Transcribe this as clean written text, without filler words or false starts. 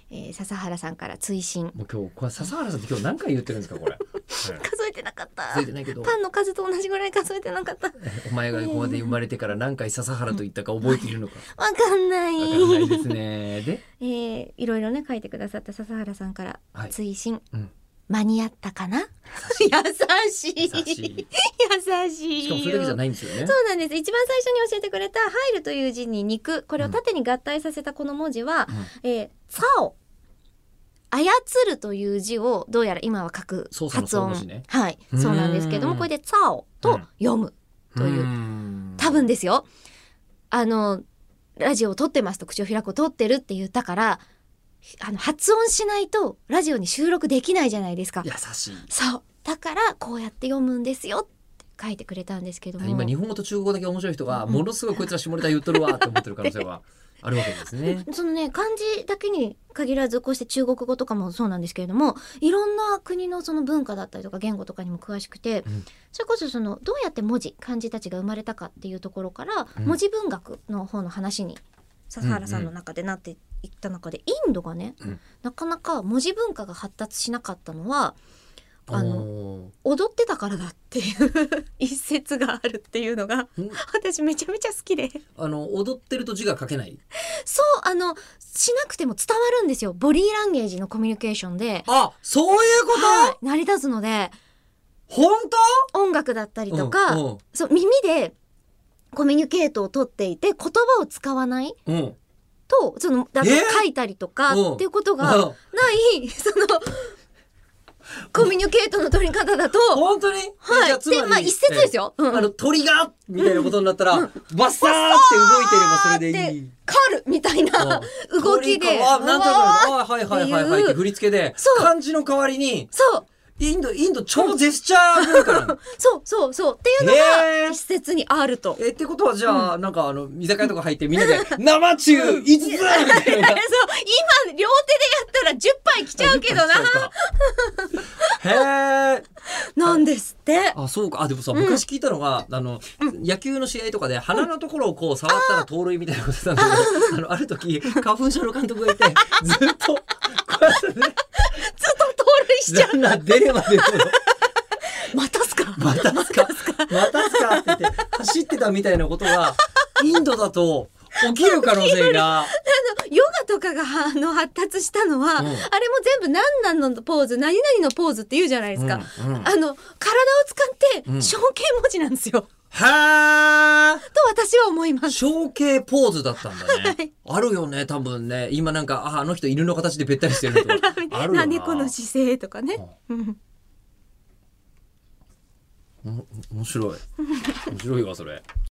笹原さんから追伸。 もう今日これ笹原さんって今日何回言ってるんですかこれ。 数えてなかった。 数えてないけどパンの数と同じぐらい数えてなかった。 お前がここで生まれてから何回笹原と言ったか覚えているのか。 わかんない。 わかんないですね。で、 いろいろね書いてくださった笹原さんから追伸、 うん、 間に合ったかな。優しい優しい。 しかもそれだけじゃないんですよね。 そうなんです。一番最初に教えてくれた入るという字に肉、これを縦に合体させたこの文字は、さお、操るという字をどうやら今は書く発音、 ね、 はい、そうなんですけども、これでさおと読むという、多分ですよ、ラジオを撮ってますと口を開くを撮ってるって言ったから、発音しないとラジオに収録できないじゃないですか。 優しい。 そうだからこうやって読むんですよって書いてくれたんですけども、 今日本語と中国語だけ面白い人がものすごいこいつら下ネタ言っとるわって思ってる可能性はあるわけですね。 そのね、漢字だけに限らずこうして中国語とかもそうなんですけれども、いろんな国のその文化だったりとか言語とかにも詳しくて、それこそそのどうやって漢字たちが生まれたかっていうところから、文字文学の方の話に笹原さんの中でなっていった中で、インドがね、なかなか文字文化が発達しなかったのは踊ってたからだっていう一説があるっていうのが私めちゃめちゃ好きで、 踊ってると字が書けない。 そうしなくても伝わるんですよ。ボディーランゲージのコミュニケーションで、 あ、そういうこと、 はい、成り立つので、 本当音楽だったりとか、そう耳でコミュニケートを取っていて言葉を使わないと、そのだって書いたりとかっていうことがないそのコミュニケートの取り方だと、 本当に、 はい、で、まあ一説ですよ。 鳥がみたいなことになったら、バッサーって動いてればそれでいい。 狩るみたいな動きで、 なんとなく、はいはいはいはいって振り付けで、漢字の代わりに、 そう。 インド超ジェスチャー文化なの。 そうっていうのが一説にあると。 ってことはじゃあ、なんか居酒屋とか入ってみんなで生中5つみたいな。そう、今両手でやったら10杯来ちゃうけどな。 へえ。 なんですって。 あ、そうか。でもさ、昔聞いたのが、野球の試合とかで鼻のところをこう触ったら盗塁みたいなことしたんだけど、ある時花粉症の監督がいて、ずっとこうやってね、 ずっと盗塁しちゃう。 ランナー出れば出るほど。 またすかって言って走ってたみたいなことがインドだと起きる可能性が。 ヨガとかが発達したのは、あれも全部何々のポーズ、何々のポーズって言うじゃないですか。体を使って象形文字なんですよ。 はあ。 と私は思います。 象形ポーズだったんだね。はい、あるよね、多分ね。今なんかあの人犬の形でべったりしてるとかあるよな。 猫の姿勢とかね。 面白いわそれ。